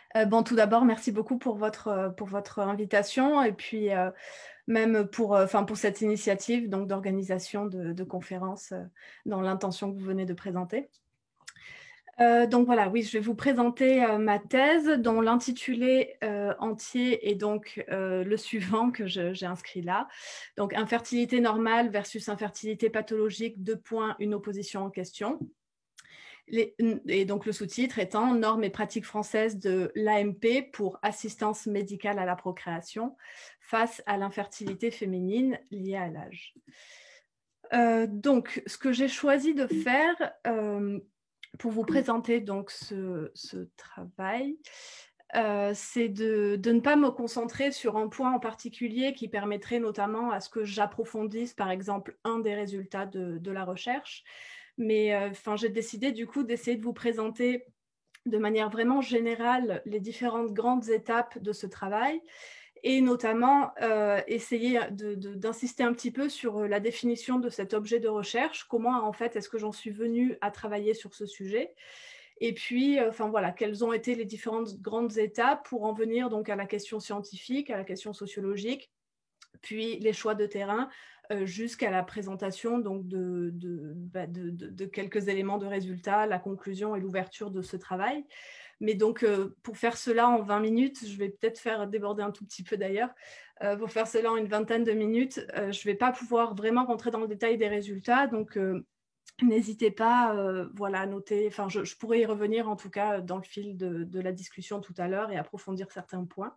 Bon, tout d'abord, merci beaucoup pour votre invitation et puis, même pour cette initiative donc d'organisation de conférences, dans l'intention que vous venez de présenter. Donc voilà, oui, je vais vous présenter, ma thèse dont l'intitulé, entier est donc, le suivant que je j'ai inscrit là. Donc infertilité normale versus infertilité pathologique, 2 points, une opposition en question. Et donc le sous-titre étant Normes et pratiques françaises de l'AMP pour assistance médicale à la procréation face à l'infertilité féminine liée à l'âge. Donc ce que j'ai choisi de faire pour vous présenter donc ce travail, c'est de ne pas me concentrer sur un point en particulier qui permettrait notamment à ce que j'approfondisse par exemple un des résultats de la recherche. Mais j'ai décidé du coup d'essayer de vous présenter de manière vraiment générale les différentes grandes étapes de ce travail et notamment essayer d'insister un petit peu sur la définition de cet objet de recherche, comment en fait est-ce que j'en suis venue à travailler sur ce sujet, et puis voilà, quelles ont été les différentes grandes étapes pour en venir donc à la question scientifique, à la question sociologique, puis les choix de terrain, jusqu'à la présentation donc de quelques éléments de résultats, la conclusion et l'ouverture de ce travail. Mais donc, pour faire cela en 20 minutes, je vais peut-être faire déborder un tout petit peu d'ailleurs, pour faire cela en une vingtaine de minutes, je ne vais pas pouvoir vraiment rentrer dans le détail des résultats, donc n'hésitez pas voilà, à noter, enfin je pourrais y revenir en tout cas dans le fil de la discussion tout à l'heure et approfondir certains points.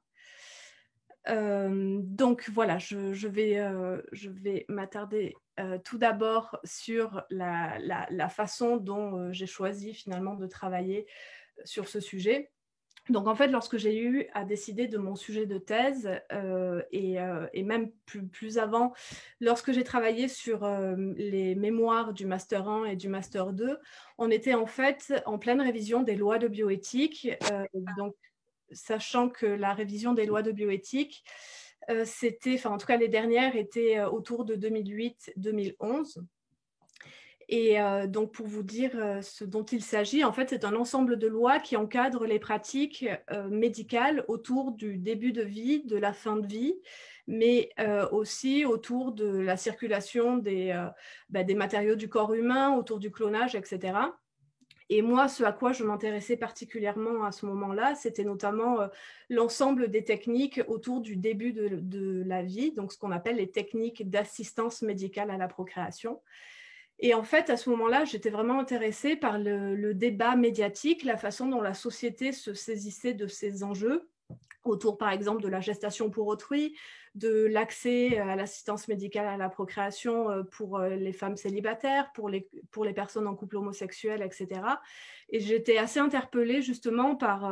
Donc voilà, je vais m'attarder tout d'abord sur la façon dont j'ai choisi finalement de travailler sur ce sujet. Donc en fait, lorsque j'ai eu à décider de mon sujet de thèse, et même plus avant, lorsque j'ai travaillé sur les mémoires du Master 1 et du Master 2, on était en fait en pleine révision des lois de bioéthique. Donc sachant que la révision des lois de bioéthique, c'était, enfin en tout cas les dernières étaient autour de 2008-2011. Et donc pour vous dire ce dont il s'agit, en fait c'est un ensemble de lois qui encadrent les pratiques médicales autour du début de vie, de la fin de vie, mais aussi autour de la circulation des matériaux du corps humain, autour du clonage, etc. Et moi, ce à quoi je m'intéressais particulièrement à ce moment-là, c'était notamment l'ensemble des techniques autour du début de la vie, donc ce qu'on appelle les techniques d'assistance médicale à la procréation. Et en fait, à ce moment-là, j'étais vraiment intéressée par le débat médiatique, la façon dont la société se saisissait de ces enjeux, autour par exemple de la gestation pour autrui, de l'accès à l'assistance médicale à la procréation pour les femmes célibataires, pour les personnes en couple homosexuel, etc. Et j'étais assez interpellée justement par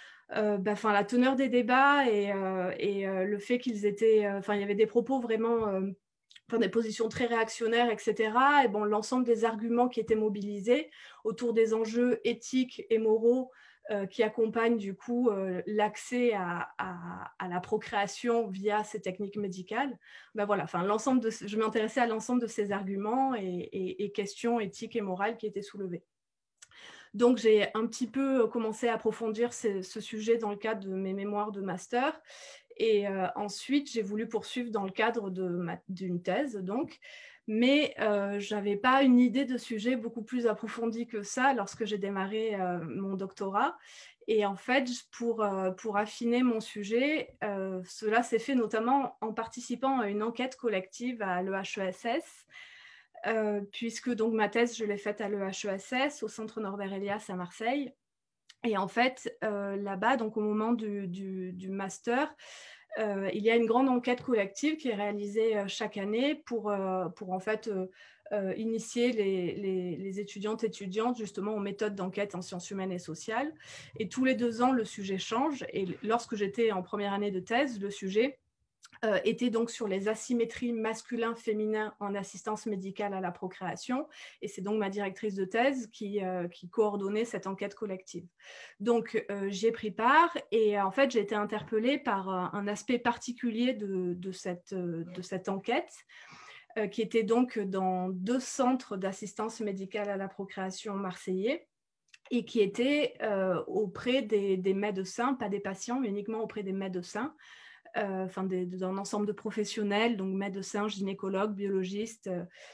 la teneur des débats et le fait qu'ils étaient, il y avait des propos vraiment, des positions très réactionnaires, etc. Et bon, l'ensemble des arguments qui étaient mobilisés autour des enjeux éthiques et moraux qui accompagnent du coup l'accès à la procréation via ces techniques médicales. Ben voilà, je m'intéressais à l'ensemble de ces arguments et questions éthiques et morales qui étaient soulevées. Donc j'ai un petit peu commencé à approfondir ce sujet dans le cadre de mes mémoires de master. Et ensuite, j'ai voulu poursuivre dans le cadre d'une thèse, donc. Mais je n'avais pas une idée de sujet beaucoup plus approfondie que ça lorsque j'ai démarré mon doctorat. Et en fait, pour affiner mon sujet, cela s'est fait notamment en participant à une enquête collective à l'EHESS, puisque donc ma thèse, je l'ai faite à l'EHESS, au Centre Norbert Elias à Marseille. Et en fait, là-bas, donc au moment du master, il y a une grande enquête collective qui est réalisée chaque année pour en fait initier les étudiantes et étudiantes justement aux méthodes d'enquête en sciences humaines et sociales. Et tous les 2 ans, le sujet change. Et lorsque j'étais en première année de thèse, le sujet était donc sur les asymétries masculin-féminin en assistance médicale à la procréation. Et c'est donc ma directrice de thèse qui coordonnait cette enquête collective. Donc, j'y ai pris part et en fait, j'ai été interpellée par un aspect particulier de cette enquête, qui était donc dans 2 centres d'assistance médicale à la procréation marseillais. et qui était auprès des médecins, pas des patients, mais uniquement auprès des médecins, d'un ensemble de professionnels, donc médecins, gynécologues, biologistes,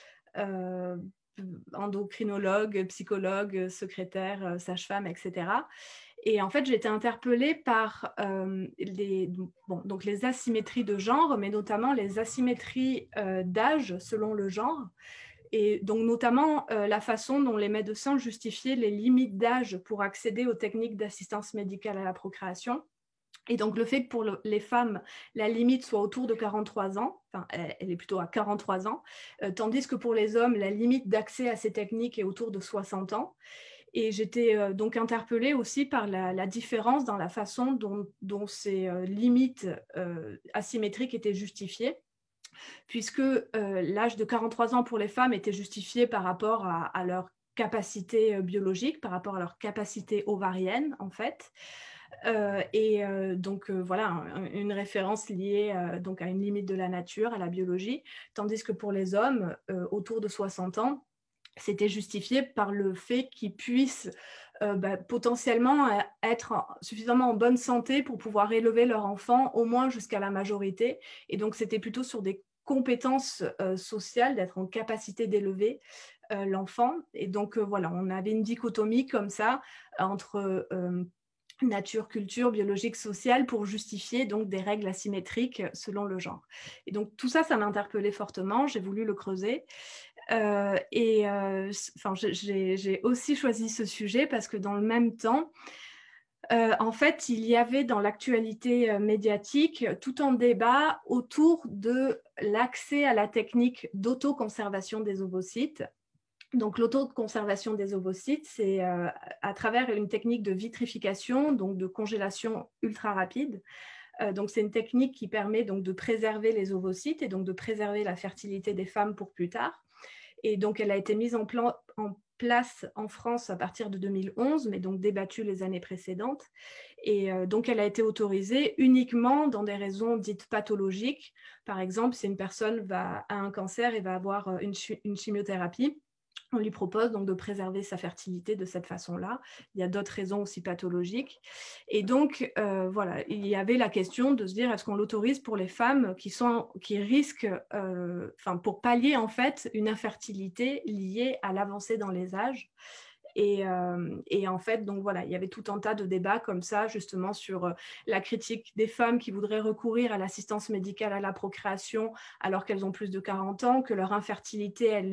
endocrinologues, psychologues, secrétaires, sages-femmes, etc. Et en fait, j'ai été interpellée par donc les asymétries de genre, mais notamment les asymétries d'âge selon le genre. Et donc notamment la façon dont les médecins justifiaient les limites d'âge pour accéder aux techniques d'assistance médicale à la procréation. Et donc le fait que pour les femmes, la limite soit autour de 43 ans, enfin elle est plutôt à 43 ans, tandis que pour les hommes, la limite d'accès à ces techniques est autour de 60 ans. Et j'étais donc interpellée aussi par la différence dans la façon dont ces limites asymétriques étaient justifiées, puisque l'âge de 43 ans pour les femmes était justifié par rapport à leur capacité biologique, par rapport à leur capacité ovarienne, en fait. Donc voilà, une référence liée donc à une limite de la nature, à la biologie, tandis que pour les hommes, autour de 60 ans, c'était justifié par le fait qu'ils puissent potentiellement être suffisamment en bonne santé pour pouvoir élever leur enfant au moins jusqu'à la majorité. Et donc, c'était plutôt sur des compétences sociales, d'être en capacité d'élever l'enfant. Et donc, voilà, on avait une dichotomie comme ça entre nature, culture, biologique, sociale pour justifier donc des règles asymétriques selon le genre. Et donc, tout ça, ça m'a interpellée fortement. J'ai voulu le creuser. J'ai aussi choisi ce sujet parce que dans le même temps, en fait, il y avait dans l'actualité médiatique tout un débat autour de l'accès à la technique d'autoconservation des ovocytes. Donc, l'autoconservation des ovocytes, c'est à travers une technique de vitrification, donc de congélation ultra rapide. Donc, c'est une technique qui permet donc de préserver les ovocytes et donc de préserver la fertilité des femmes pour plus tard. Et donc, elle a été mise en place en France à partir de 2011, mais donc débattue les années précédentes. Et donc, elle a été autorisée uniquement dans des raisons dites pathologiques. Par exemple, si une personne a un cancer et va avoir une chimiothérapie, on lui propose donc de préserver sa fertilité de cette façon-là. Il y a d'autres raisons aussi pathologiques. Et donc, voilà, il y avait la question de se dire, est-ce qu'on l'autorise pour les femmes qui risquent, pour pallier en fait une infertilité liée à l'avancée dans les âges. Et en fait, donc voilà, il y avait tout un tas de débats comme ça, justement, sur la critique des femmes qui voudraient recourir à l'assistance médicale à la procréation alors qu'elles ont plus de 40 ans, que leur infertilité, elle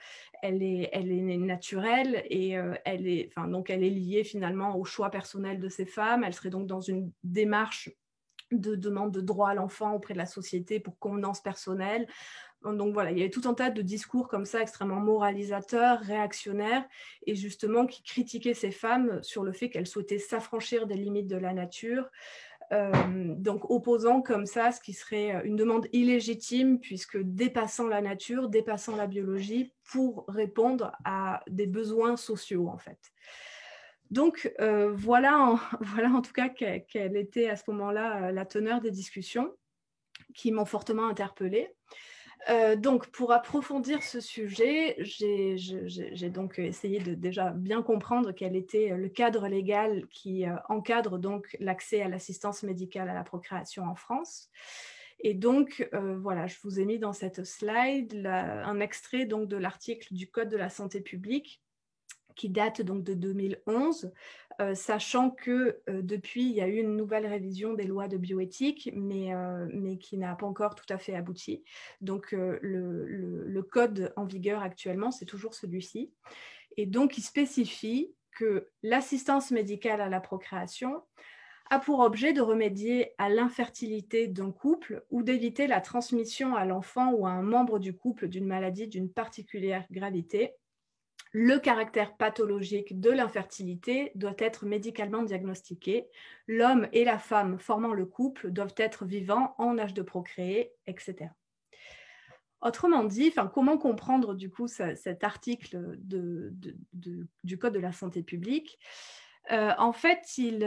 est naturelle et donc elle est liée finalement au choix personnel de ces femmes. Elles seraient donc dans une démarche de demande de droit à l'enfant auprès de la société pour convenance personnelle. Donc voilà, il y avait tout un tas de discours comme ça extrêmement moralisateurs, réactionnaires, et justement qui critiquaient ces femmes sur le fait qu'elles souhaitaient s'affranchir des limites de la nature, donc opposant comme ça ce qui serait une demande illégitime, puisque dépassant la nature, dépassant la biologie, pour répondre à des besoins sociaux en fait. Donc voilà en tout cas quelle était à ce moment-là la teneur des discussions qui m'ont fortement interpellée. Donc, pour approfondir ce sujet, j'ai donc essayé de déjà bien comprendre quel était le cadre légal qui encadre donc l'accès à l'assistance médicale à la procréation en France. Et donc, voilà, je vous ai mis dans cette slide un extrait donc de l'article du Code de la santé publique qui date donc de 2011, sachant que depuis, il y a eu une nouvelle révision des lois de bioéthique, mais qui n'a pas encore tout à fait abouti. Donc, le code en vigueur actuellement, c'est toujours celui-ci. Et donc, il spécifie que l'assistance médicale à la procréation a pour objet de remédier à l'infertilité d'un couple ou d'éviter la transmission à l'enfant ou à un membre du couple d'une maladie d'une particulière gravité. Le caractère pathologique de l'infertilité doit être médicalement diagnostiqué. L'homme et la femme formant le couple doivent être vivants, en âge de procréer, etc. Autrement dit, comment comprendre du coup cet article du Code de la santé publique? En fait,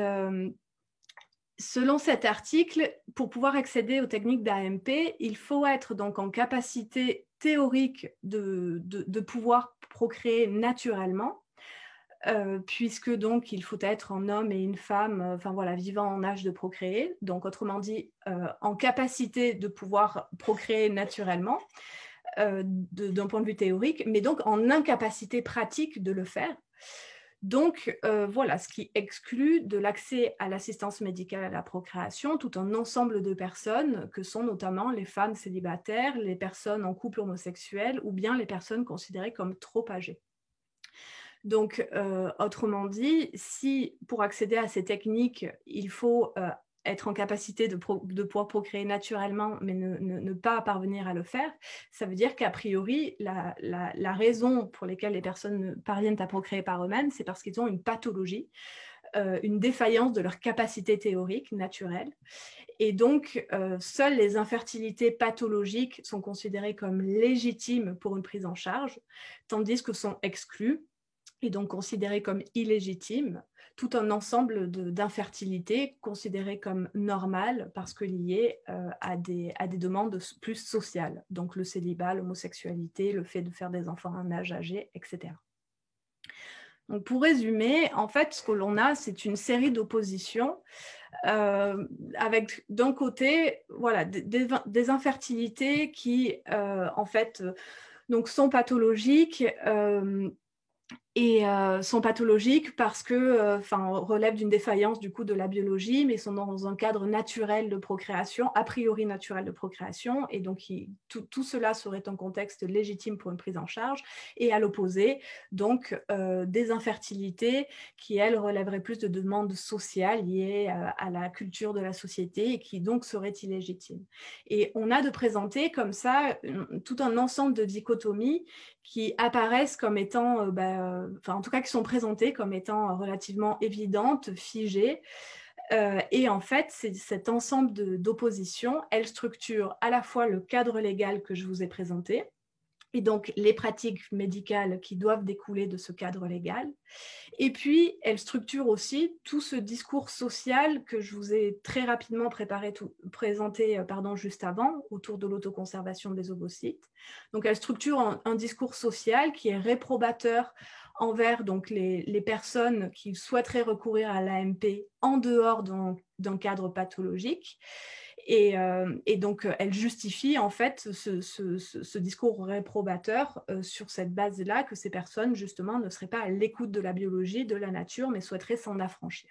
selon cet article, pour pouvoir accéder aux techniques d'AMP, il faut être donc en capacité théorique de pouvoir procréer naturellement, puisque donc il faut être un homme et une femme, vivant en âge de procréer, donc autrement dit, en capacité de pouvoir procréer naturellement, d'un point de vue théorique, mais donc en incapacité pratique de le faire. Donc, ce qui exclut de l'accès à l'assistance médicale à la procréation tout un ensemble de personnes que sont notamment les femmes célibataires, les personnes en couple homosexuel ou bien les personnes considérées comme trop âgées. Donc, autrement dit, si pour accéder à ces techniques, il faut être en capacité de pouvoir procréer naturellement, mais ne pas parvenir à le faire, ça veut dire qu'a priori, la raison pour laquelle les personnes ne parviennent à procréer par eux-mêmes, c'est parce qu'ils ont une pathologie, une défaillance de leur capacité théorique naturelle. Et donc, seules les infertilités pathologiques sont considérées comme légitimes pour une prise en charge, tandis que sont exclues et donc considérées comme illégitimes, tout un ensemble d'infertilité considérées comme normales parce que liées à des demandes plus sociales, donc le célibat, l'homosexualité, le fait de faire des enfants à un âge âgé, etc. Donc pour résumer, en fait, ce que l'on a, c'est une série d'oppositions avec d'un côté des infertilités qui, donc sont pathologiques et sont pathologiques parce que relèvent d'une défaillance du coup de la biologie, mais sont dans un cadre naturel de procréation, a priori naturel de procréation, et donc tout cela serait un contexte légitime pour une prise en charge, et à l'opposé, donc des infertilités qui, elles, relèveraient plus de demandes sociales liées à la culture de la société et qui donc seraient illégitimes. Et on a de présenter comme ça tout un ensemble de dichotomies qui apparaissent comme étant, en tout cas qui sont présentées comme étant relativement évidentes, figées. Et en fait, cet ensemble d'oppositions, elles structurent à la fois le cadre légal que je vous ai présenté, et donc les pratiques médicales qui doivent découler de ce cadre légal. Et puis, elle structure aussi tout ce discours social que je vous ai très rapidement présenté juste avant, autour de l'autoconservation des ovocytes. Donc, elle structure un discours social qui est réprobateur envers donc, les personnes qui souhaiteraient recourir à l'AMP en dehors d'un cadre pathologique. Et donc, elle justifie en fait ce discours réprobateur sur cette base-là, que ces personnes, justement, ne seraient pas à l'écoute de la biologie, de la nature, mais souhaiteraient s'en affranchir.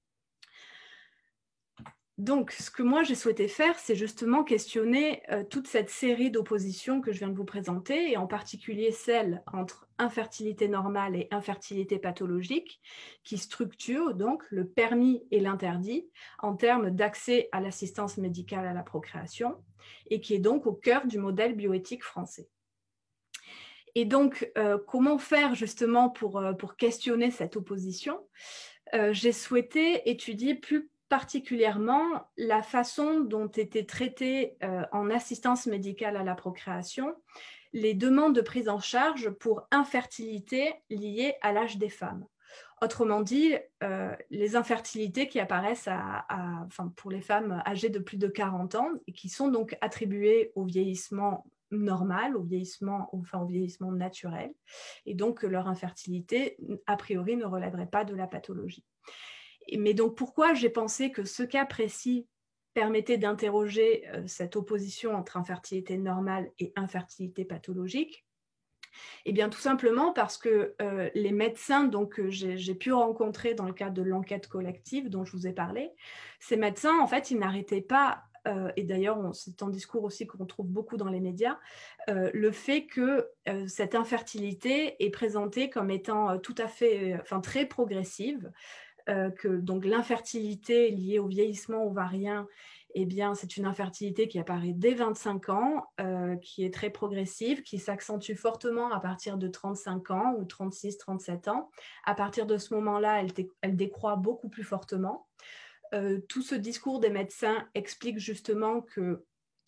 Donc, ce que moi j'ai souhaité faire, c'est justement questionner toute cette série d'oppositions que je viens de vous présenter, et en particulier celle entre infertilité normale et infertilité pathologique, qui structure donc le permis et l'interdit en termes d'accès à l'assistance médicale à la procréation, et qui est donc au cœur du modèle bioéthique français. Et donc, comment faire justement pour questionner cette opposition ? J'ai souhaité étudier plus particulièrement la façon dont étaient traitées en assistance médicale à la procréation les demandes de prise en charge pour infertilité liées à l'âge des femmes. Autrement dit, les infertilités qui apparaissent pour les femmes âgées de plus de 40 ans et qui sont donc attribuées au vieillissement normal, au vieillissement naturel, et donc leur infertilité, a priori, ne relèverait pas de la pathologie. Mais donc, pourquoi j'ai pensé que ce cas précis permettait d'interroger cette opposition entre infertilité normale et infertilité pathologique ? Eh bien, tout simplement parce que les médecins que j'ai pu rencontrer dans le cadre de l'enquête collective dont je vous ai parlé, ces médecins, en fait, ils n'arrêtaient pas, et d'ailleurs, c'est un discours aussi qu'on trouve beaucoup dans les médias, le fait que cette infertilité est présentée comme étant tout à fait, très progressive, que donc l'infertilité liée au vieillissement ovarien, eh bien, c'est une infertilité qui apparaît dès 25 ans, qui est très progressive, qui s'accentue fortement à partir de 35 ans ou 36, 37 ans. À partir de ce moment-là, elle décroît beaucoup plus fortement. Tout ce discours des médecins explique justement que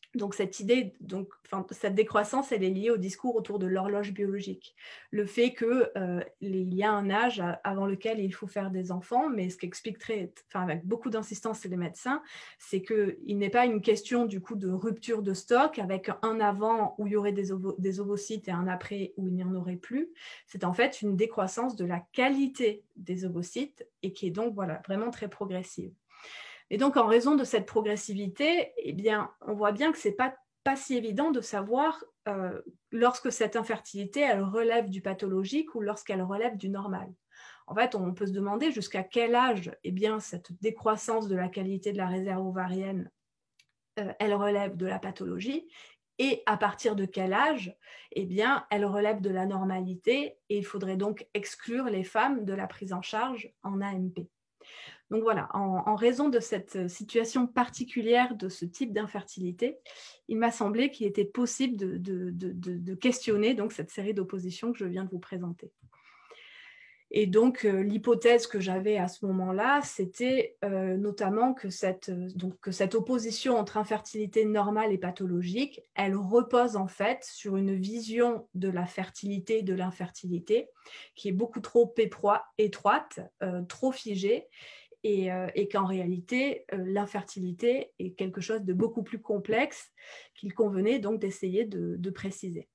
Donc cette idée, cette décroissance, elle est liée au discours autour de l'horloge biologique. Le fait qu'il y a un âge avant lequel il faut faire des enfants, mais ce qu'explique avec beaucoup d'insistance les médecins, c'est qu'il n'est pas une question du coup de rupture de stock avec un avant où il y aurait des ovocytes et un après où il n'y en aurait plus. C'est en fait une décroissance de la qualité des ovocytes et qui est donc vraiment très progressive. Et donc, en raison de cette progressivité, eh bien, on voit bien que ce n'est pas si évident de savoir lorsque cette infertilité, elle relève du pathologique ou lorsqu'elle relève du normal. En fait, on peut se demander jusqu'à quel âge eh bien, cette décroissance de la qualité de la réserve ovarienne, elle relève de la pathologie et à partir de quel âge eh bien, elle relève de la normalité et il faudrait donc exclure les femmes de la prise en charge en AMP. Donc voilà, en raison de cette situation particulière de ce type d'infertilité, il m'a semblé qu'il était possible de questionner donc, cette série d'oppositions que je viens de vous présenter. Et donc, l'hypothèse que j'avais à ce moment-là, c'était notamment que cette opposition entre infertilité normale et pathologique, elle repose en fait sur une vision de la fertilité et de l'infertilité qui est beaucoup trop étroite, trop figée, et qu'en réalité, l'infertilité est quelque chose de beaucoup plus complexe qu'il convenait donc d'essayer de préciser.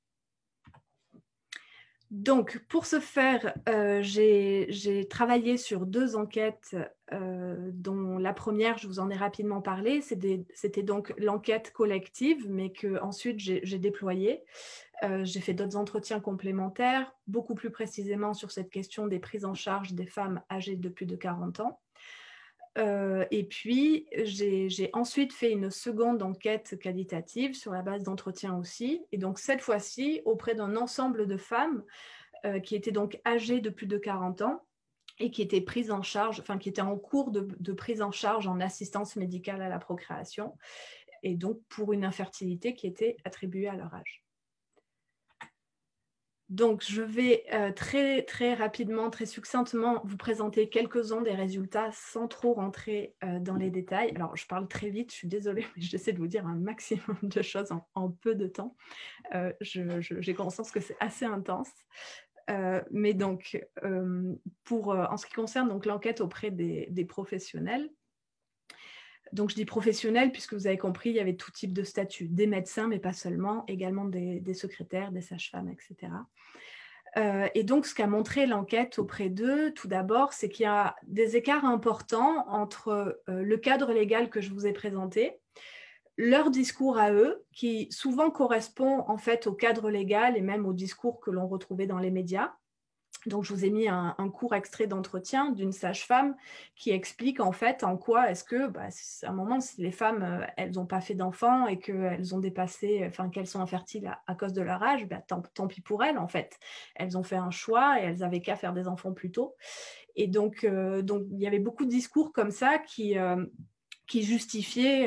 Donc, pour ce faire, j'ai travaillé sur 2 enquêtes, dont la première, je vous en ai rapidement parlé, c'était donc l'enquête collective, mais qu'ensuite j'ai déployée. J'ai fait d'autres entretiens complémentaires, beaucoup plus précisément sur cette question des prises en charge des femmes âgées de plus de 40 ans. Et puis, j'ai ensuite fait une seconde enquête qualitative sur la base d'entretiens aussi. Et donc, cette fois-ci, auprès d'un ensemble de femmes qui étaient donc âgées de plus de 40 ans et qui étaient prises en charge, qui étaient en cours de prise en charge en assistance médicale à la procréation, et donc pour une infertilité qui était attribuée à leur âge. Donc, je vais très, très rapidement, très succinctement vous présenter quelques-uns des résultats sans trop rentrer dans les détails. Alors, je parle très vite, je suis désolée, mais j'essaie de vous dire un maximum de choses en peu de temps. J'ai conscience que c'est assez intense. Mais donc, en ce qui concerne donc, l'enquête auprès des professionnels, donc je dis professionnels puisque vous avez compris, il y avait tout type de statut, des médecins, mais pas seulement, également des secrétaires, des sages-femmes, etc. Et donc, ce qu'a montré l'enquête auprès d'eux, tout d'abord, c'est qu'il y a des écarts importants entre le cadre légal que je vous ai présenté, leur discours à eux, qui souvent correspond en fait au cadre légal et même au discours que l'on retrouvait dans les médias. Donc, je vous ai mis un court extrait d'entretien d'une sage-femme qui explique en fait en quoi est-ce que, à un moment, si les femmes, elles n'ont pas fait d'enfants et qu'elles ont dépassé, qu'elles sont infertiles à cause de leur âge, tant pis pour elles en fait. Elles ont fait un choix et elles n'avaient qu'à faire des enfants plus tôt. Et donc, il y avait beaucoup de discours comme ça qui justifiait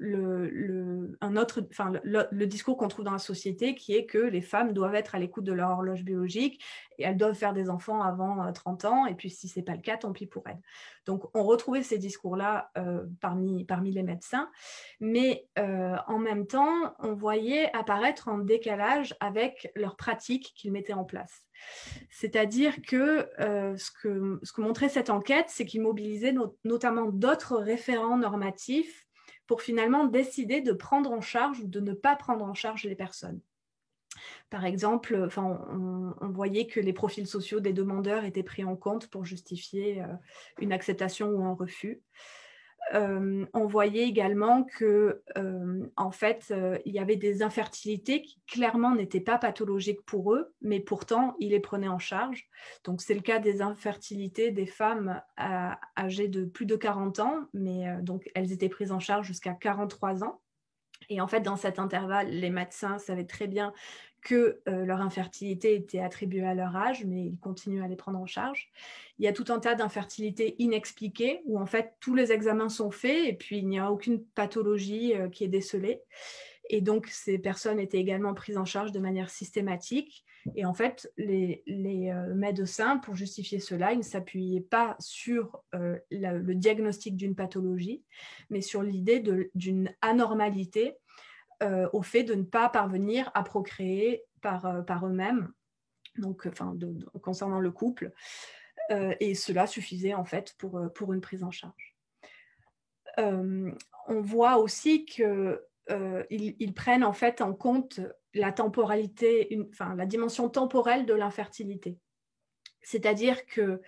le discours qu'on trouve dans la société, qui est que les femmes doivent être à l'écoute de leur horloge biologique et elles doivent faire des enfants avant 30 ans, et puis si ce n'est pas le cas, tant pis pour elles. Donc, on retrouvait ces discours-là parmi les médecins, mais en même temps, on voyait apparaître un décalage avec leurs pratiques qu'ils mettaient en place. C'est-à-dire que ce que montrait cette enquête, c'est qu'ils mobilisaient notamment d'autres référents normatifs pour finalement décider de prendre en charge ou de ne pas prendre en charge les personnes. Par exemple, on voyait que les profils sociaux des demandeurs étaient pris en compte pour justifier une acceptation ou un refus. On voyait également que, en fait, il y avait des infertilités qui clairement n'étaient pas pathologiques pour eux, mais pourtant, ils les prenaient en charge. Donc, c'est le cas des infertilités des femmes âgées de plus de 40 ans, mais donc elles étaient prises en charge jusqu'à 43 ans. Et en fait, dans cet intervalle, les médecins savaient très bien que leur infertilité était attribuée à leur âge, mais ils continuent à les prendre en charge. Il y a tout un tas d'infertilités inexpliquées où en fait tous les examens sont faits et puis il n'y a aucune pathologie qui est décelée. Et donc ces personnes étaient également prises en charge de manière systématique. Et en fait, les médecins, pour justifier cela, ils ne s'appuyaient pas sur le diagnostic d'une pathologie, mais sur l'idée d'une anormalité au fait de ne pas parvenir à procréer par eux-mêmes, donc, concernant le couple. Et cela suffisait en fait pour une prise en charge. On voit aussi qu'ils prennent en fait en compte la temporalité, la dimension temporelle de l'infertilité. C'est-à-dire que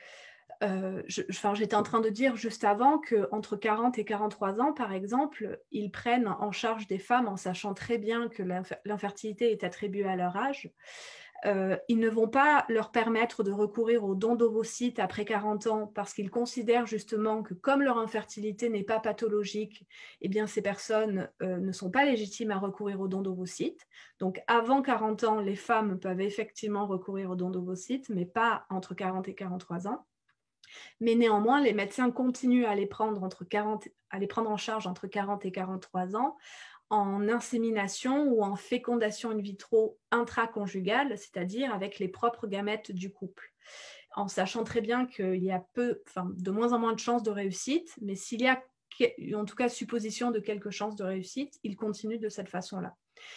j'étais en train de dire juste avant qu'entre 40 et 43 ans, par exemple, ils prennent en charge des femmes en sachant très bien que l'infertilité est attribuée à leur âge. Ils ne vont pas leur permettre de recourir au don d'ovocytes après 40 ans parce qu'ils considèrent justement que comme leur infertilité n'est pas pathologique, eh bien ces personnes ne sont pas légitimes à recourir au don d'ovocytes. Donc avant 40 ans, les femmes peuvent effectivement recourir au don d'ovocytes, mais pas entre 40 et 43 ans. Mais néanmoins, les médecins continuent à les prendre en charge entre 40 et 43 ans en insémination ou en fécondation in vitro intraconjugale, c'est-à-dire avec les propres gamètes du couple. En sachant très bien qu'il y a de moins en moins de chances de réussite, mais s'il y a en tout cas supposition de quelques chances de réussite, ils continuent de cette façon-là.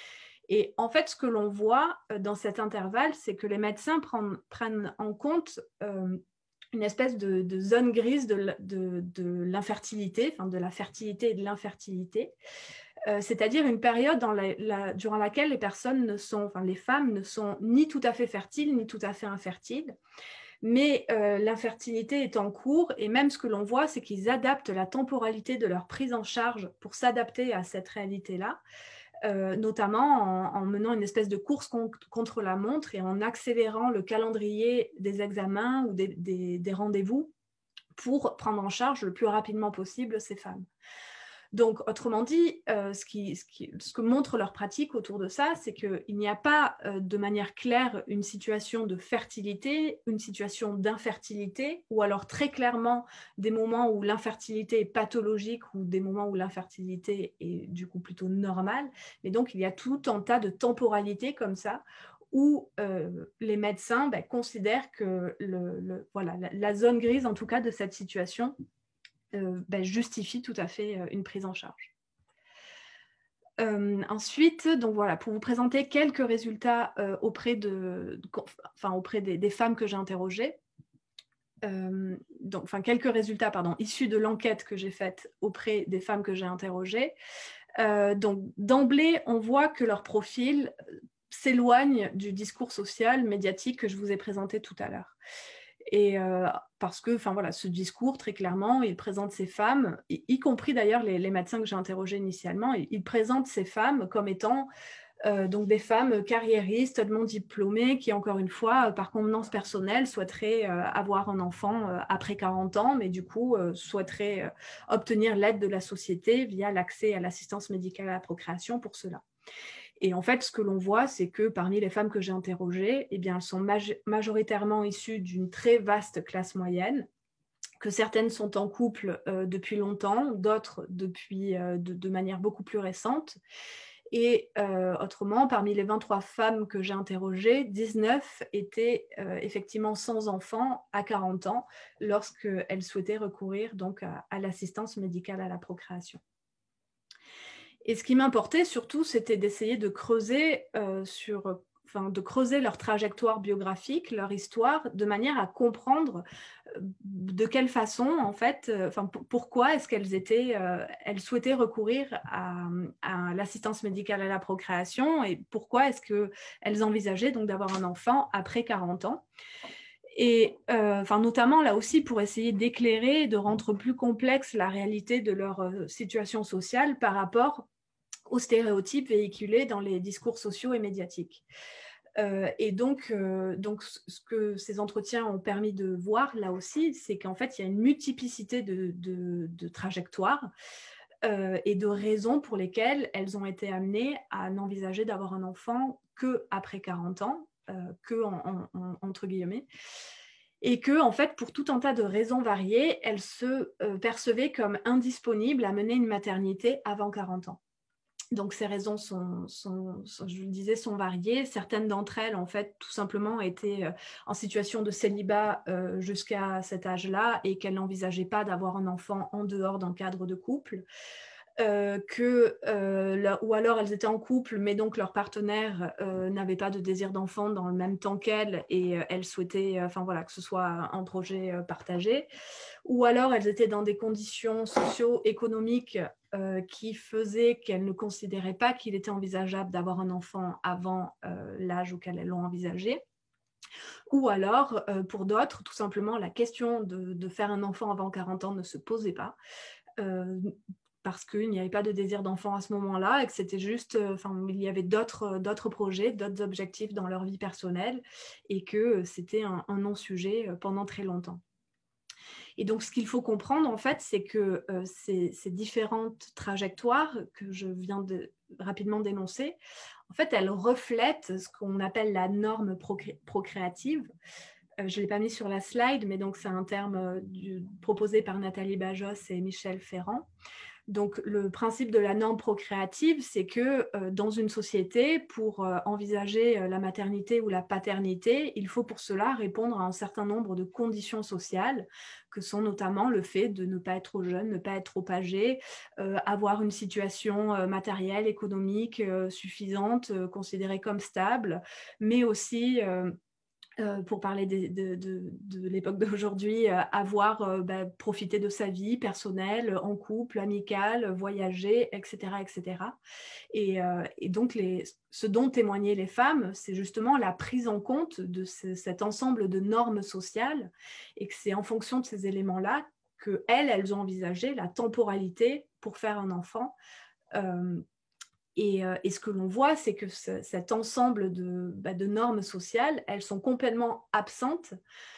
Et en fait, ce que l'on voit dans cet intervalle, c'est que les médecins prennent en compte une espèce de zone grise de l'infertilité, de la fertilité et de l'infertilité, c'est-à-dire une période durant laquelle les femmes ne sont ni tout à fait fertiles, ni tout à fait infertiles, mais l'infertilité est en cours, et même ce que l'on voit, c'est qu'ils adaptent la temporalité de leur prise en charge pour s'adapter à cette réalité-là, notamment en menant une espèce de course contre la montre et en accélérant le calendrier des examens ou des rendez-vous pour prendre en charge le plus rapidement possible ces femmes. Donc, autrement dit, ce que montre leur pratique autour de ça, c'est qu'il n'y a pas de manière claire une situation de fertilité, une situation d'infertilité, ou alors très clairement des moments où l'infertilité est pathologique ou des moments où l'infertilité est du coup plutôt normale. Et donc, il y a tout un tas de temporalités comme ça, où les médecins considèrent que la zone grise, en tout cas, de cette situation, justifie tout à fait une prise en charge. Ensuite, donc voilà, pour vous présenter quelques résultats auprès des femmes que j'ai interrogées. Quelques résultats, issus de l'enquête que j'ai faite auprès des femmes que j'ai interrogées. Donc, d'emblée, on voit que leur profil s'éloigne du discours social, médiatique que je vous ai présenté tout à l'heure. Et parce que ce discours, très clairement, il présente ces femmes, y compris d'ailleurs les médecins que j'ai interrogés initialement, il présente ces femmes comme étant donc des femmes carriéristes, hautement diplômées, qui, encore une fois, par convenance personnelle, souhaiteraient avoir un enfant après 40 ans, mais du coup, souhaiteraient obtenir l'aide de la société via l'accès à l'assistance médicale à la procréation pour cela. Et en fait, ce que l'on voit, c'est que parmi les femmes que j'ai interrogées, eh bien, elles sont majoritairement issues d'une très vaste classe moyenne, que certaines sont en couple depuis longtemps, d'autres depuis de manière beaucoup plus récente. Et autrement, parmi les 23 femmes que j'ai interrogées, 19 étaient effectivement sans enfants à 40 ans lorsqu'elles souhaitaient recourir donc à l'assistance médicale à la procréation. Et ce qui m'importait surtout, c'était d'essayer de creuser leur trajectoire biographique, leur histoire, de manière à comprendre de quelle façon, en fait, pourquoi est-ce elles souhaitaient recourir à l'assistance médicale à la procréation, et pourquoi est-ce qu'elles envisageaient donc d'avoir un enfant après 40 ans. Et notamment là aussi pour essayer d'éclairer, de rendre plus complexe la réalité de leur situation sociale par rapport aux stéréotypes véhiculés dans les discours sociaux et médiatiques. Et donc, ce que ces entretiens ont permis de voir là aussi, c'est qu'en fait, il y a une multiplicité de trajectoires et de raisons pour lesquelles elles ont été amenées à n'envisager d'avoir un enfant qu'après 40 ans, entre guillemets. Et que, en fait, pour tout un tas de raisons variées, elles se percevaient comme indisponibles à mener une maternité avant 40 ans. Donc, ces raisons je le disais, sont variées. Certaines d'entre elles, en fait, tout simplement étaient en situation de célibat jusqu'à cet âge-là et qu'elles n'envisageaient pas d'avoir un enfant en dehors d'un cadre de couple. ou alors elles étaient en couple, mais donc leur partenaire n'avait pas de désir d'enfant dans le même temps qu'elles et elles souhaitaient que ce soit un projet partagé. Ou alors elles étaient dans des conditions socio-économiques qui faisaient qu'elles ne considéraient pas qu'il était envisageable d'avoir un enfant avant l'âge auquel elles l'ont envisagé. Ou alors, pour d'autres, tout simplement, la question de faire un enfant avant 40 ans ne se posait pas. Parce qu'il n'y avait pas de désir d'enfant à ce moment-là et que c'était juste, il y avait d'autres projets, d'autres objectifs dans leur vie personnelle et que c'était un non-sujet pendant très longtemps. Et donc, ce qu'il faut comprendre, en fait, c'est que ces différentes trajectoires que je viens de rapidement d'énoncer, en fait, elles reflètent ce qu'on appelle la norme procréative. Je ne l'ai pas mis sur la slide, mais donc c'est un terme proposé par Nathalie Bajos et Michel Ferrand. Donc, le principe de la norme procréative, c'est que dans une société, pour envisager la maternité ou la paternité, il faut pour cela répondre à un certain nombre de conditions sociales, que sont notamment le fait de ne pas être trop jeune, ne pas être trop âgé, avoir une situation matérielle, économique suffisante, considérée comme stable, mais aussi pour parler de l'époque d'aujourd'hui, avoir profité de sa vie personnelle, en couple, amicale, voyager, etc. etc. Et donc, ce dont témoignaient les femmes, c'est justement la prise en compte de cet ensemble de normes sociales et que c'est en fonction de ces éléments-là qu'elles ont envisagé la temporalité pour faire un enfant. Et ce que l'on voit, c'est que cet ensemble de normes sociales, elles sont complètement absentes.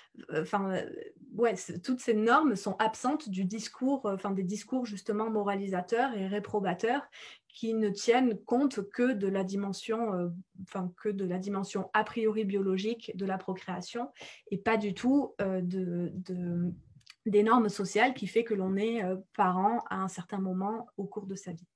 Toutes ces normes sont absentes du discours, des discours justement moralisateurs et réprobateurs qui ne tiennent compte que de la dimension, a priori biologique de la procréation et pas du tout des normes sociales qui fait que l'on est parent à un certain moment au cours de sa vie.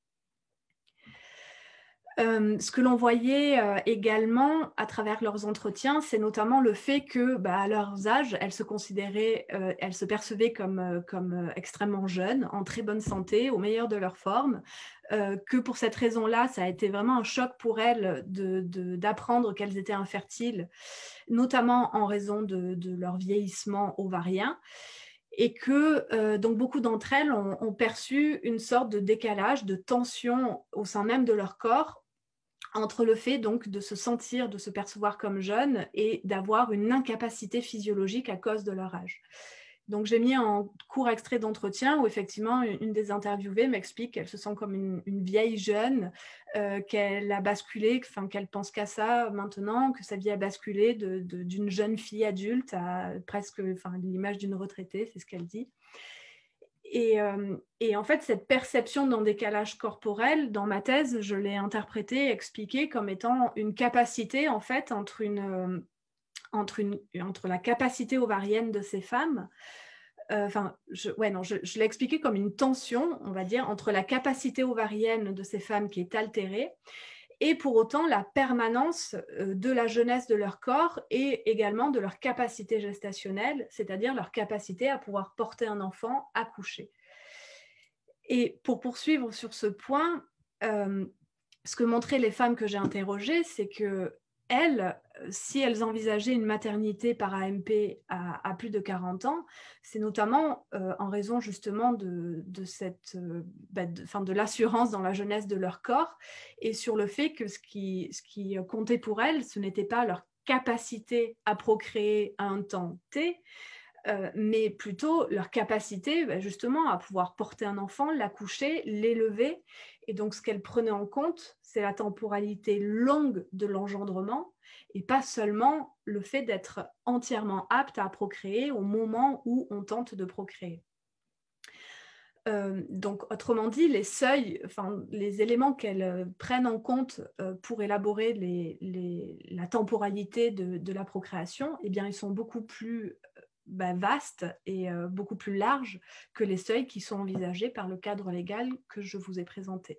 Ce que l'on voyait également à travers leurs entretiens, c'est notamment le fait que, à leurs âges, elles se percevaient comme extrêmement jeunes, en très bonne santé, au meilleur de leur forme, que pour cette raison-là, ça a été vraiment un choc pour elles d'apprendre qu'elles étaient infertiles, notamment en raison de leur vieillissement ovarien. Et que donc beaucoup d'entre elles ont perçu une sorte de décalage, de tension au sein même de leur corps entre le fait donc de se sentir, de se percevoir comme jeune et d'avoir une incapacité physiologique à cause de leur âge. Donc j'ai mis un court extrait d'entretien où effectivement une des interviewées m'explique qu'elle se sent comme une vieille jeune, qu'elle a basculé, qu'elle pense qu'à ça maintenant, que sa vie a basculé d'une jeune fille adulte à presque l'image d'une retraitée, c'est ce qu'elle dit. Et en fait, cette perception d'un décalage corporel, dans ma thèse, je l'ai interprétée, expliquée comme étant une capacité, en fait, entre la capacité ovarienne de ces femmes, je l'ai expliqué comme une tension, on va dire, entre la capacité ovarienne de ces femmes qui est altérée et pour autant la permanence de la jeunesse de leur corps et également de leur capacité gestationnelle, c'est-à-dire leur capacité à pouvoir porter un enfant, accoucher. Et pour poursuivre sur ce point, ce que montraient les femmes que j'ai interrogées, c'est que elles, si elles envisageaient une maternité par AMP à plus de 40 ans, c'est notamment en raison justement de l'assurance dans la jeunesse de leur corps et sur le fait que ce qui comptait pour elles, ce n'était pas leur capacité à procréer à un temps T, mais plutôt leur capacité justement à pouvoir porter un enfant, l'accoucher, l'élever. Et donc ce qu'elles prenaient en compte, c'est la temporalité longue de l'engendrement et pas seulement le fait d'être entièrement apte à procréer au moment où on tente de procréer. Donc, autrement dit, les seuils, les éléments qu'elles prennent en compte pour élaborer la temporalité de la procréation, eh bien, ils sont beaucoup plus vastes et beaucoup plus larges que les seuils qui sont envisagés par le cadre légal que je vous ai présenté.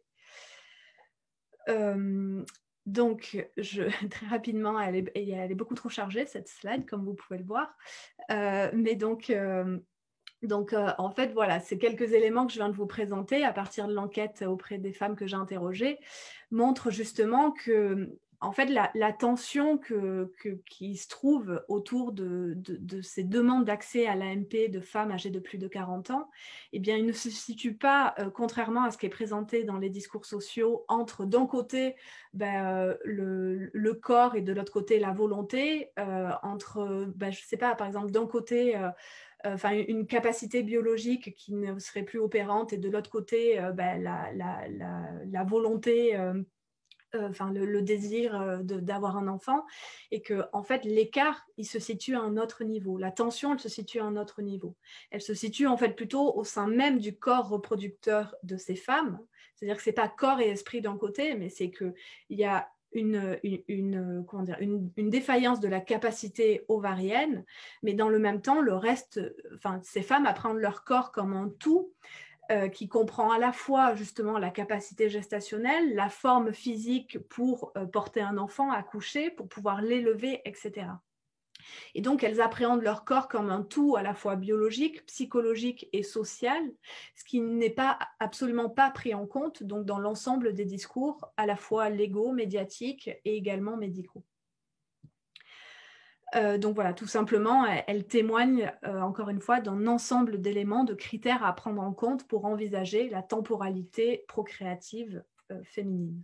Donc, très rapidement, elle est beaucoup trop chargée, cette slide, comme vous pouvez le voir. Mais donc, Donc, en fait, voilà, ces quelques éléments que je viens de vous présenter à partir de l'enquête auprès des femmes que j'ai interrogées montrent justement que, en fait, la tension qui se trouve autour de ces demandes d'accès à l'AMP de femmes âgées de plus de 40 ans, eh bien, il ne se situe pas, contrairement à ce qui est présenté dans les discours sociaux, entre d'un côté le corps et de l'autre côté la volonté, entre, je ne sais pas, par exemple, d'un côté, une capacité biologique qui ne serait plus opérante et de l'autre côté la volonté, le désir d'avoir un enfant, et que en fait l'écart il se situe à un autre niveau, la tension elle se situe à un autre niveau, elle se situe en fait plutôt au sein même du corps reproducteur de ces femmes, c'est-à-dire que c'est pas corps et esprit d'un côté, mais c'est que il y a une défaillance de la capacité ovarienne, mais dans le même temps, le reste, ces femmes apprennent leur corps comme un tout qui comprend à la fois justement la capacité gestationnelle, la forme physique pour porter un enfant, accoucher, pour pouvoir l'élever, etc. Et donc, elles appréhendent leur corps comme un tout à la fois biologique, psychologique et social, ce qui n'est pas absolument pas pris en compte donc, dans l'ensemble des discours à la fois légaux, médiatiques et également médicaux. Donc voilà, tout simplement, elle témoigne encore une fois d'un ensemble d'éléments, de critères à prendre en compte pour envisager la temporalité procréative féminine.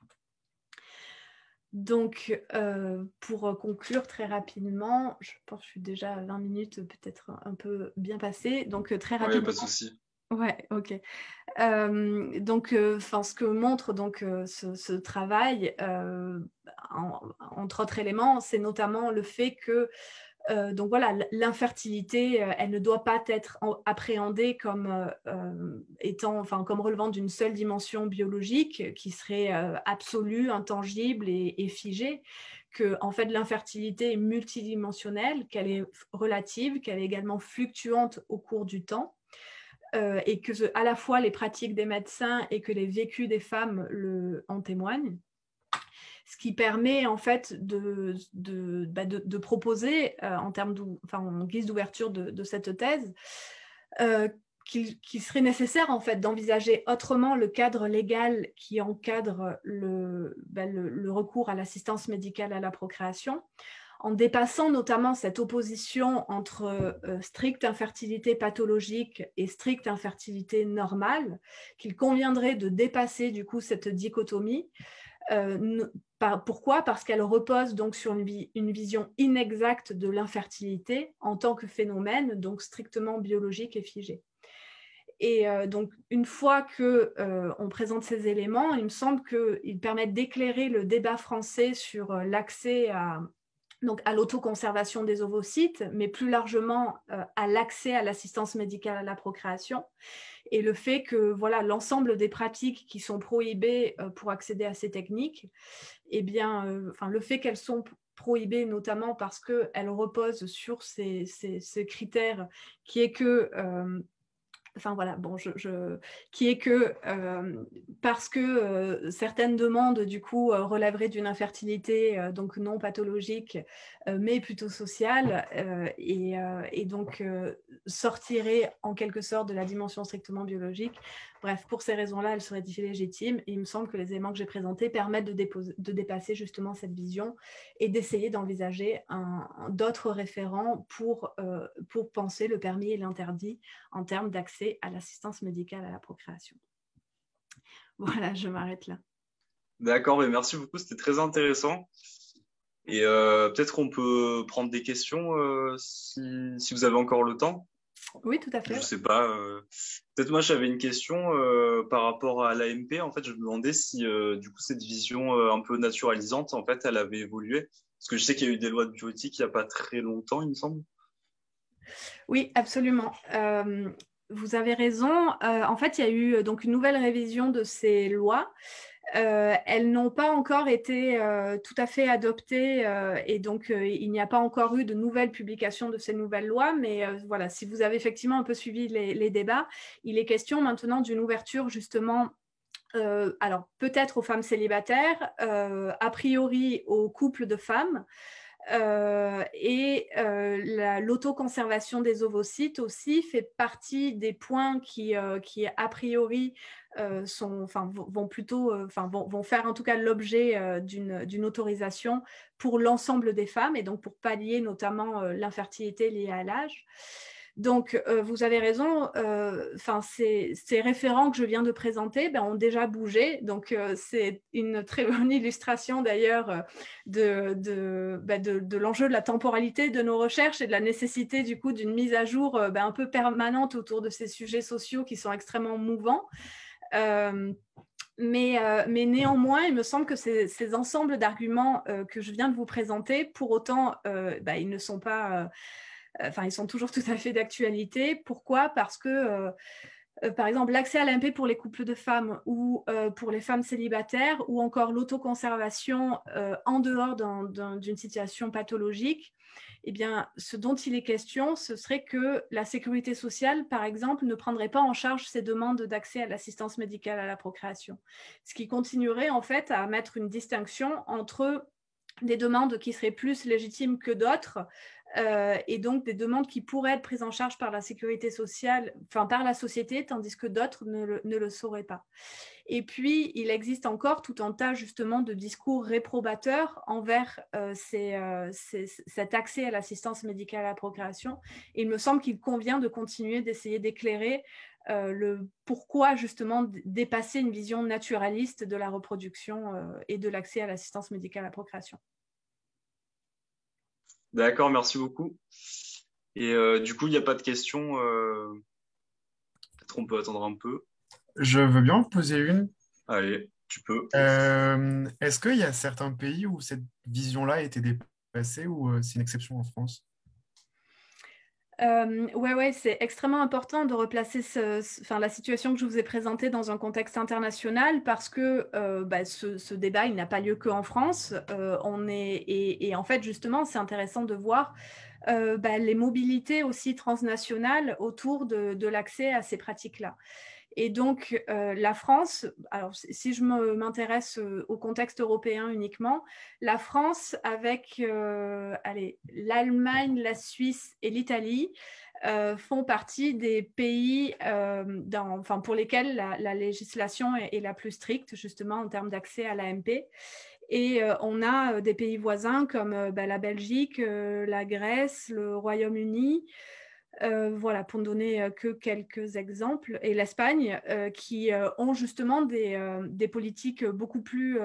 Donc, pour conclure très rapidement, je pense que je suis déjà à 20 minutes, peut-être un peu bien passé. Donc, très rapidement. Ouais, pas de souci. Ouais, ok. Donc, ce que montre donc, ce travail, entre autres éléments, c'est notamment le fait que donc voilà, l'infertilité, elle ne doit pas être appréhendée comme comme relevant d'une seule dimension biologique qui serait absolue, intangible et figée. Que en fait l'infertilité est multidimensionnelle, qu'elle est relative, qu'elle est également fluctuante au cours du temps. Et que à la fois les pratiques des médecins et que les vécus des femmes en témoignent. Ce qui permet en fait de proposer en guise d'ouverture de cette thèse qu'il serait nécessaire en fait d'envisager autrement le cadre légal qui encadre le recours à l'assistance médicale à la procréation, en dépassant notamment cette opposition entre stricte infertilité pathologique et stricte infertilité normale, qu'il conviendrait de dépasser du coup cette dichotomie. Pourquoi ? Parce qu'elle repose donc sur une vision inexacte de l'infertilité en tant que phénomène, donc strictement biologique et figé. Et donc, une fois qu'on présente ces éléments, il me semble qu'ils permettent d'éclairer le débat français sur l'accès à l'autoconservation des ovocytes, mais plus largement à l'accès à l'assistance médicale à la procréation. Et le fait que voilà, l'ensemble des pratiques qui sont prohibées pour accéder à ces techniques, eh bien, le fait qu'elles sont prohibées notamment parce qu'elles reposent sur ces critères qui est que qui est que parce que certaines demandes du coup relèveraient d'une infertilité donc non pathologique mais plutôt sociale et donc sortirait en quelque sorte de la dimension strictement biologique. Bref, pour ces raisons-là, elle serait illégitime et il me semble que les éléments que j'ai présentés permettent de dépasser justement cette vision et d'essayer d'envisager d'autres référents pour penser le permis et l'interdit en termes d'accès à l'assistance médicale à la procréation. Voilà, je m'arrête là. D'accord, mais merci beaucoup, c'était très intéressant. Et peut-être on peut prendre des questions si vous avez encore le temps. Oui, tout à fait. Je sais pas. Peut-être moi j'avais une question par rapport à l'AMP. En fait, je me demandais si du coup cette vision un peu naturalisante, en fait, elle avait évolué. Parce que je sais qu'il y a eu des lois de bioéthique il y a pas très longtemps, il me semble. Oui, absolument. Vous avez raison. En fait, il y a eu donc une nouvelle révision de ces lois. Elles n'ont pas encore été tout à fait adoptées et donc il n'y a pas encore eu de nouvelles publications de ces nouvelles lois, mais voilà, si vous avez effectivement un peu suivi les débats, il est question maintenant d'une ouverture justement alors peut-être aux femmes célibataires, a priori aux couples de femmes, L'autoconservation des ovocytes aussi fait partie des points qui a priori, vont faire en tout cas l'objet d'une autorisation pour l'ensemble des femmes et donc pour pallier notamment l'infertilité liée à l'âge. Donc, vous avez raison, ces référents que je viens de présenter ont déjà bougé. Donc, c'est une très bonne illustration d'ailleurs de l'enjeu de la temporalité de nos recherches et de la nécessité du coup d'une mise à jour un peu permanente autour de ces sujets sociaux qui sont extrêmement mouvants. Mais néanmoins, il me semble que ces ensembles d'arguments que je viens de vous présenter, pour autant, ils ne sont pas... ils sont toujours tout à fait d'actualité. Pourquoi ? Parce que, par exemple, l'accès à l'AMP pour les couples de femmes ou pour les femmes célibataires, ou encore l'autoconservation en dehors d'une situation pathologique, eh bien, ce dont il est question, ce serait que la sécurité sociale, par exemple, ne prendrait pas en charge ces demandes d'accès à l'assistance médicale à la procréation. Ce qui continuerait en fait à mettre une distinction entre des demandes qui seraient plus légitimes que d'autres, et donc des demandes qui pourraient être prises en charge par la sécurité sociale, enfin par la société, tandis que d'autres ne le sauraient pas. Et puis, il existe encore tout un tas justement de discours réprobateurs envers cet accès à l'assistance médicale à la procréation. Et il me semble qu'il convient de continuer d'essayer d'éclairer le pourquoi justement dépasser une vision naturaliste de la reproduction et de l'accès à l'assistance médicale à la procréation. D'accord, merci beaucoup. Et du coup, il n'y a pas de questions. Peut-être on peut attendre un peu. Je veux bien en poser une. Allez, tu peux. Est-ce qu'il y a certains pays où cette vision-là a été dépassée ou c'est une exception en France? Ouais, c'est extrêmement important de replacer la situation que je vous ai présentée dans un contexte international parce que ce débat, il n'a pas lieu qu'en France. Et en fait, justement, c'est intéressant de voir les mobilités aussi transnationales autour de l'accès à ces pratiques-là. Et donc, la France, alors si je m'intéresse au contexte européen uniquement, la France avec l'Allemagne, la Suisse et l'Italie font partie des pays pour lesquels la législation est la plus stricte, justement, en termes d'accès à l'AMP. Et on a des pays voisins comme la Belgique, la Grèce, le Royaume-Uni, voilà, pour ne donner que quelques exemples, et l'Espagne, qui ont justement des politiques beaucoup plus...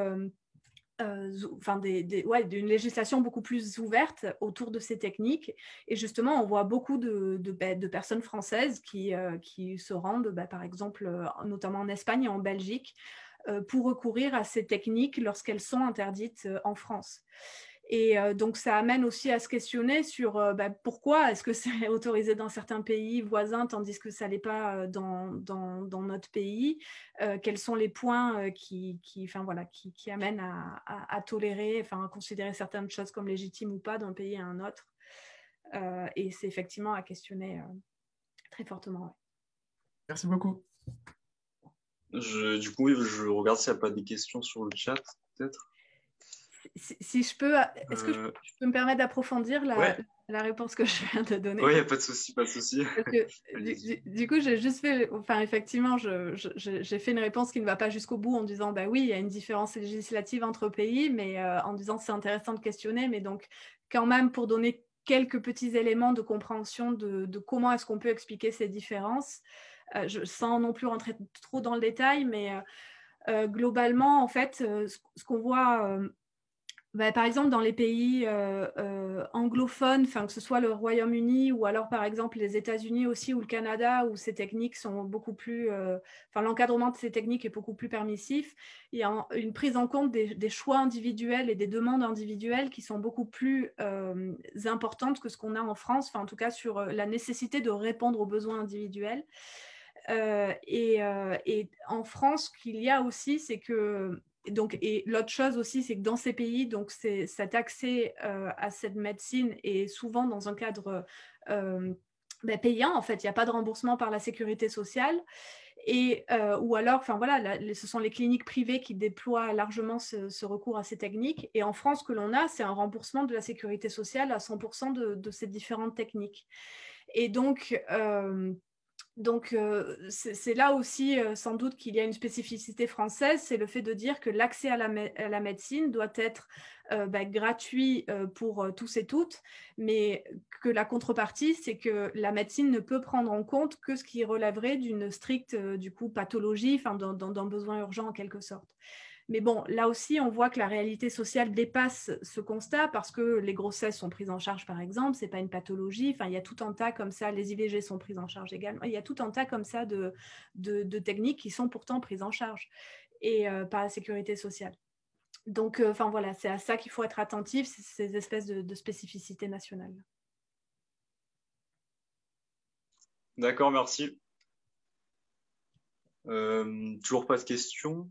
d'une législation beaucoup plus ouverte autour de ces techniques. Et justement, on voit beaucoup de personnes françaises qui se rendent, par exemple, notamment en Espagne et en Belgique, pour recourir à ces techniques lorsqu'elles sont interdites en France. Et donc, ça amène aussi à se questionner sur pourquoi est-ce que c'est autorisé dans certains pays voisins tandis que ça ne l'est pas dans notre pays. Quels sont les points qui amènent à tolérer, à considérer certaines choses comme légitimes ou pas d'un pays à un autre. Et c'est effectivement à questionner très fortement. Ouais. Merci beaucoup. Du coup, je regarde s'il n'y a pas des questions sur le chat, peut-être. Si je peux, est-ce que je peux me permettre d'approfondir la réponse que je viens de donner? Oui, il n'y a pas de souci, pas de souci. Parce que, du coup, j'ai juste fait, effectivement, j'ai fait une réponse qui ne va pas jusqu'au bout en disant, oui, il y a une différence législative entre pays, mais en disant c'est intéressant de questionner, mais donc quand même pour donner quelques petits éléments de compréhension de comment est-ce qu'on peut expliquer ces différences, sans non plus rentrer trop dans le détail, mais globalement, en fait, ce qu'on voit... par exemple, dans les pays anglophones, que ce soit le Royaume-Uni ou alors par exemple les États-Unis aussi ou le Canada, où ces techniques sont beaucoup plus, l'encadrement de ces techniques est beaucoup plus permissif. Il y a une prise en compte des choix individuels et des demandes individuelles qui sont beaucoup plus importantes que ce qu'on a en France, en tout cas sur la nécessité de répondre aux besoins individuels. Et en France, ce qu'il y a aussi, c'est que et l'autre chose aussi, c'est que dans ces pays, donc cet accès à cette médecine est souvent dans un cadre payant. En fait, il n'y a pas de remboursement par la sécurité sociale. Ou alors, enfin voilà, ce sont les cliniques privées qui déploient largement ce recours à ces techniques. Et en France, ce que l'on a, c'est un remboursement de la sécurité sociale à 100% de ces différentes techniques. Et donc, c'est là aussi sans doute qu'il y a une spécificité française, c'est le fait de dire que l'accès à la médecine doit être gratuit pour tous et toutes, mais que la contrepartie, c'est que la médecine ne peut prendre en compte que ce qui relèverait d'une stricte pathologie, d'un besoin urgent en quelque sorte. Mais bon, là aussi, on voit que la réalité sociale dépasse ce constat parce que les grossesses sont prises en charge, par exemple, ce n'est pas une pathologie. Enfin, il y a tout un tas comme ça, les IVG sont prises en charge également. Il y a tout un tas comme ça de techniques qui sont pourtant prises en charge par la sécurité sociale. Donc, voilà, c'est à ça qu'il faut être attentif, ces espèces de spécificités nationales. D'accord, merci. Toujours pas de questions?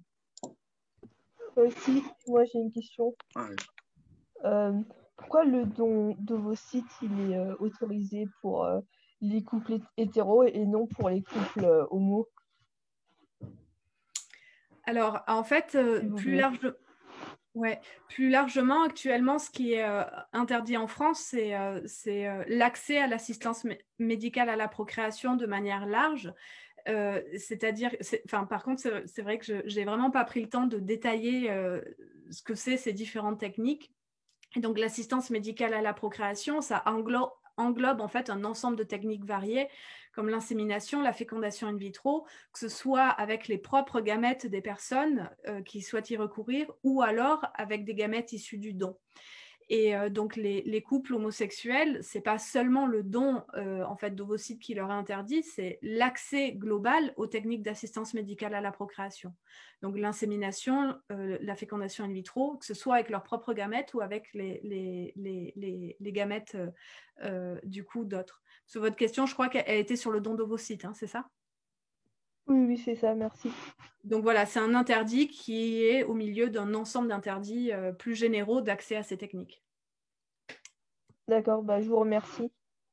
Si, moi j'ai une question. Ah, oui. Pourquoi le don d'ovocytes il est autorisé pour les couples hétéros et non pour les couples homo? Alors, en fait, plus largement, actuellement, ce qui est interdit en France, c'est l'accès à l'assistance médicale à la procréation de manière large. C'est-à-dire, par contre, c'est vrai que je n'ai vraiment pas pris le temps de détailler ce que c'est ces différentes techniques. Et donc, l'assistance médicale à la procréation, ça englobe en fait un ensemble de techniques variées, comme l'insémination, la fécondation in vitro, que ce soit avec les propres gamètes des personnes qui souhaitent y recourir, ou alors avec des gamètes issus du don. Et donc, les couples homosexuels, ce n'est pas seulement le don en fait, d'ovocytes qui leur est interdit, c'est l'accès global aux techniques d'assistance médicale à la procréation. Donc, l'insémination, la fécondation in vitro, que ce soit avec leurs propres gamètes ou avec les gamètes du coup d'autres. Sur votre question, je crois qu'elle était sur le don d'ovocytes, hein, c'est ça? Oui, c'est ça, merci. Donc voilà, c'est un interdit qui est au milieu d'un ensemble d'interdits plus généraux d'accès à ces techniques. D'accord, je vous remercie.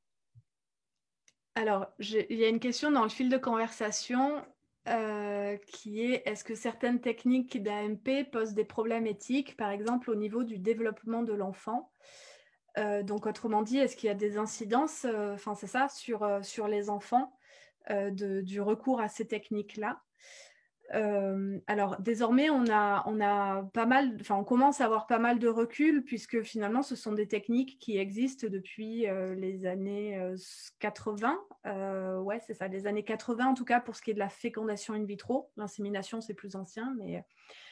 Alors, il y a une question dans le fil de conversation qui est: est-ce que certaines techniques d'AMP posent des problèmes éthiques, par exemple au niveau du développement de l'enfant? Donc, autrement dit, est-ce qu'il y a des incidences, c'est ça, sur les enfants du recours à ces techniques-là? Alors désormais, on commence à avoir pas mal de recul puisque finalement, ce sont des techniques qui existent depuis les années 80. Ouais, c'est ça, les années 80 en tout cas pour ce qui est de la fécondation in vitro. L'insémination, c'est plus ancien, mais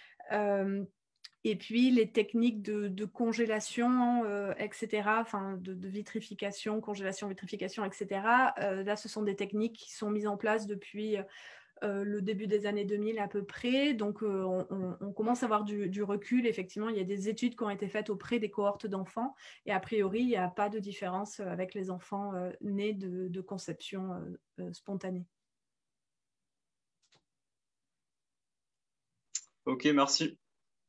et puis les techniques de congélation, etc., de vitrification, congélation, vitrification, etc. Là, ce sont des techniques qui sont mises en place depuis le début des années 2000 à peu près. Donc, on commence à avoir du recul. Effectivement, il y a des études qui ont été faites auprès des cohortes d'enfants. Et a priori, il n'y a pas de différence avec les enfants nés de conception spontanée. Ok, merci.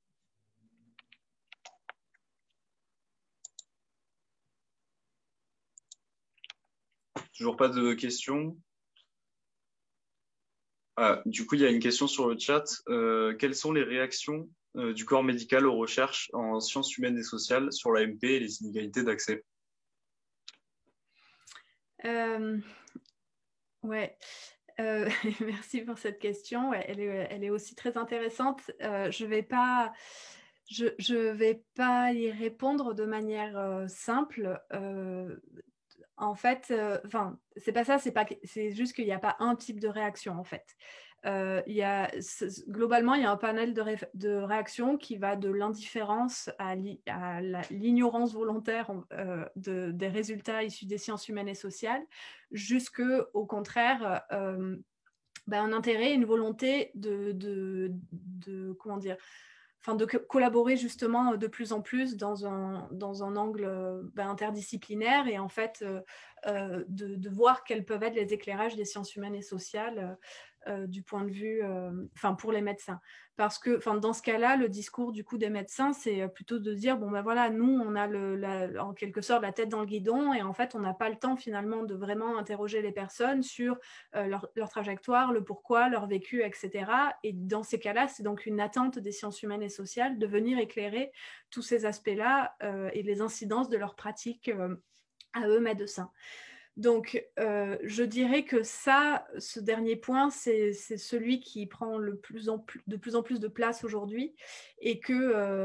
Toujours pas de questions? Du coup, il y a une question sur le chat. Quelles sont les réactions du corps médical aux recherches en sciences humaines et sociales sur l'AMP et les inégalités d'accès? Ouais. Merci pour cette question. Ouais, elle est aussi très intéressante. Je vais pas y répondre de manière simple. En fait, c'est pas ça, c'est juste qu'il n'y a pas un type de réaction en fait. Globalement, il y a un panel de réactions qui va de l'indifférence à l'ignorance volontaire des résultats issus des sciences humaines et sociales, jusqu'au contraire, un intérêt, une volonté comment dire, de collaborer justement de plus en plus dans un angle interdisciplinaire et en fait de voir quels peuvent être les éclairages des sciences humaines et sociales du point de vue, pour les médecins. Parce que dans ce cas-là, le discours du coup des médecins, c'est plutôt de dire, bon ben voilà, nous, on a en quelque sorte la tête dans le guidon et en fait, on n'a pas le temps finalement de vraiment interroger les personnes sur leur trajectoire, le pourquoi, leur vécu, etc. Et dans ces cas-là, c'est donc une attente des sciences humaines et sociales de venir éclairer tous ces aspects-là et les incidences de leurs pratiques à eux médecins. Donc, je dirais que ce dernier point, c'est celui qui prend de plus en plus de place aujourd'hui et que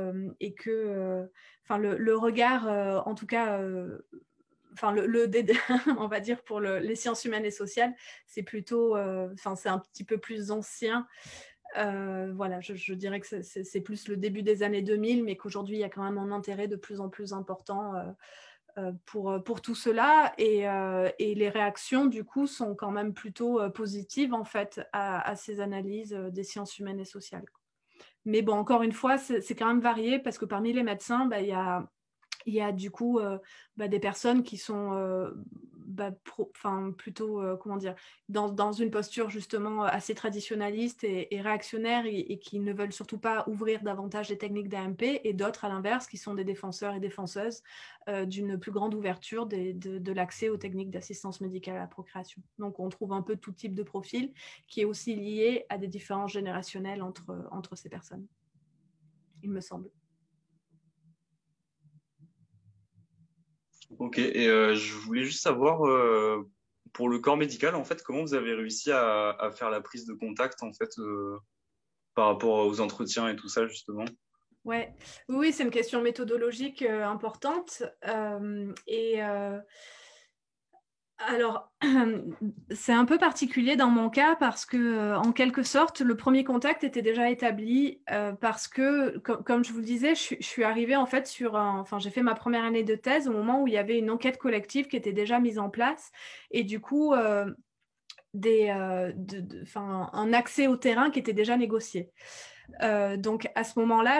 le regard, en tout cas, le dédain, on va dire, pour les sciences humaines et sociales, c'est plutôt, c'est un petit peu plus ancien. Voilà, je dirais que c'est plus le début des années 2000, mais qu'aujourd'hui, il y a quand même un intérêt de plus en plus important pour tout cela et les réactions du coup sont quand même plutôt positives en fait à ces analyses des sciences humaines et sociales. Mais bon, encore une fois, c'est quand même varié parce que parmi les médecins, il y a du coup des personnes qui sont plutôt, comment dire, dans une posture justement assez traditionnaliste et réactionnaire et qui ne veulent surtout pas ouvrir davantage les techniques d'AMP, et d'autres à l'inverse qui sont des défenseurs et défenseuses d'une plus grande ouverture de l'accès aux techniques d'assistance médicale à la procréation. Donc on trouve un peu tout type de profil qui est aussi lié à des différences générationnelles entre ces personnes, il me semble. Ok, et je voulais juste savoir, pour le corps médical, en fait, comment vous avez réussi à faire la prise de contact, en fait, par rapport aux entretiens et tout ça, justement? Ouais. Oui, c'est une question méthodologique importante. Alors, c'est un peu particulier dans mon cas parce que, en quelque sorte, le premier contact était déjà établi parce que, comme je vous le disais, je suis arrivée en fait j'ai fait ma première année de thèse au moment où il y avait une enquête collective qui était déjà mise en place et du coup, un accès au terrain qui était déjà négocié. Donc à ce moment-là,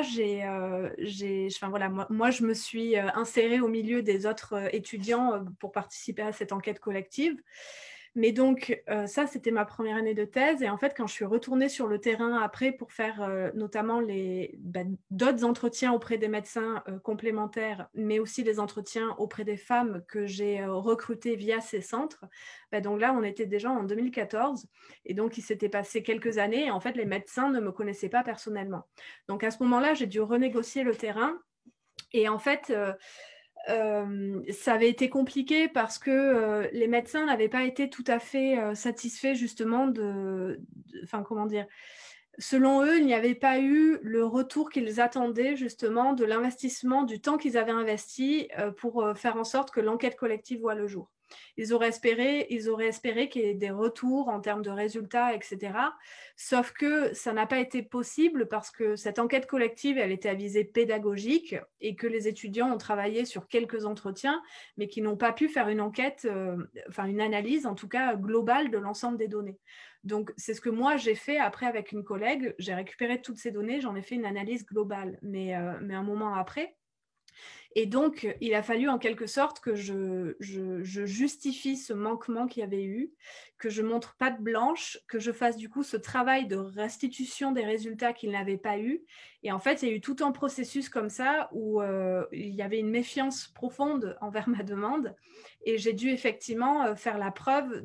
moi, je me suis insérée au milieu des autres étudiants pour participer à cette enquête collective. Mais donc ça, c'était ma première année de thèse. Et en fait, quand je suis retournée sur le terrain après pour faire notamment d'autres entretiens auprès des médecins complémentaires, mais aussi des entretiens auprès des femmes que j'ai recrutées via ces centres, donc là, on était déjà en 2014. Et donc, il s'était passé quelques années. Et en fait, les médecins ne me connaissaient pas personnellement. Donc, à ce moment-là, j'ai dû renégocier le terrain. Et en fait, ça avait été compliqué parce que les médecins n'avaient pas été tout à fait satisfaits justement comment dire, selon eux, il n'y avait pas eu le retour qu'ils attendaient justement de l'investissement, du temps qu'ils avaient investi pour faire en sorte que l'enquête collective voie le jour. Ils auraient espéré qu'il y ait des retours en termes de résultats, etc. Sauf que ça n'a pas été possible parce que cette enquête collective, elle était à visée pédagogique et que les étudiants ont travaillé sur quelques entretiens, mais qui n'ont pas pu faire une enquête, une analyse en tout cas globale de l'ensemble des données. Donc, c'est ce que moi, j'ai fait après avec une collègue. J'ai récupéré toutes ces données, j'en ai fait une analyse globale, mais un moment après. Et donc, il a fallu en quelque sorte que je justifie ce manquement qu'il y avait eu, que je montre patte blanche, que je fasse du coup ce travail de restitution des résultats qu'il n'avait pas eu. Et en fait, il y a eu tout un processus comme ça où il y avait une méfiance profonde envers ma demande. Et j'ai dû effectivement faire la preuve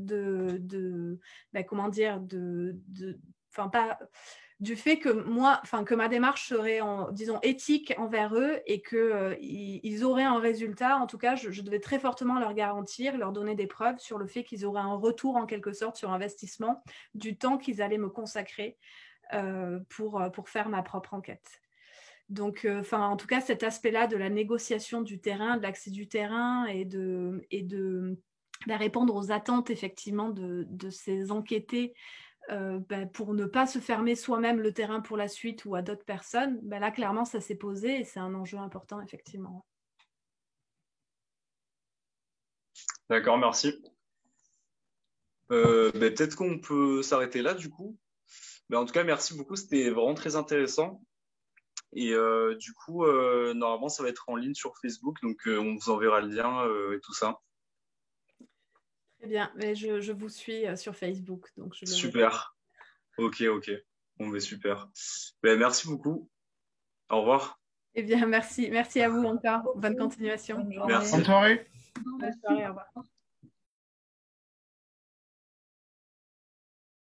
du fait que que ma démarche serait, disons, éthique envers eux et qu'ils auraient un résultat. En tout cas, je devais très fortement leur garantir, leur donner des preuves sur le fait qu'ils auraient un retour en quelque sorte sur investissement du temps qu'ils allaient me consacrer pour faire ma propre enquête. Donc, en tout cas, cet aspect-là de la négociation du terrain, de l'accès du terrain et de répondre aux attentes effectivement de ces enquêtés pour ne pas se fermer soi-même le terrain pour la suite ou à d'autres personnes, là, clairement, ça s'est posé et c'est un enjeu important, effectivement. D'accord, merci. Peut-être qu'on peut s'arrêter là, du coup. En tout cas, merci beaucoup, c'était vraiment très intéressant. Et du coup, normalement, ça va être en ligne sur Facebook, donc on vous enverra le lien et tout ça. Très bien, mais je vous suis sur Facebook, donc je le verrai. Super. Ok. Bon, ben super. Ben, merci beaucoup. Au revoir. Eh bien, merci à vous encore. Bonne continuation. Bonne journée. Merci. Bonne soirée. Bonne soirée, au revoir.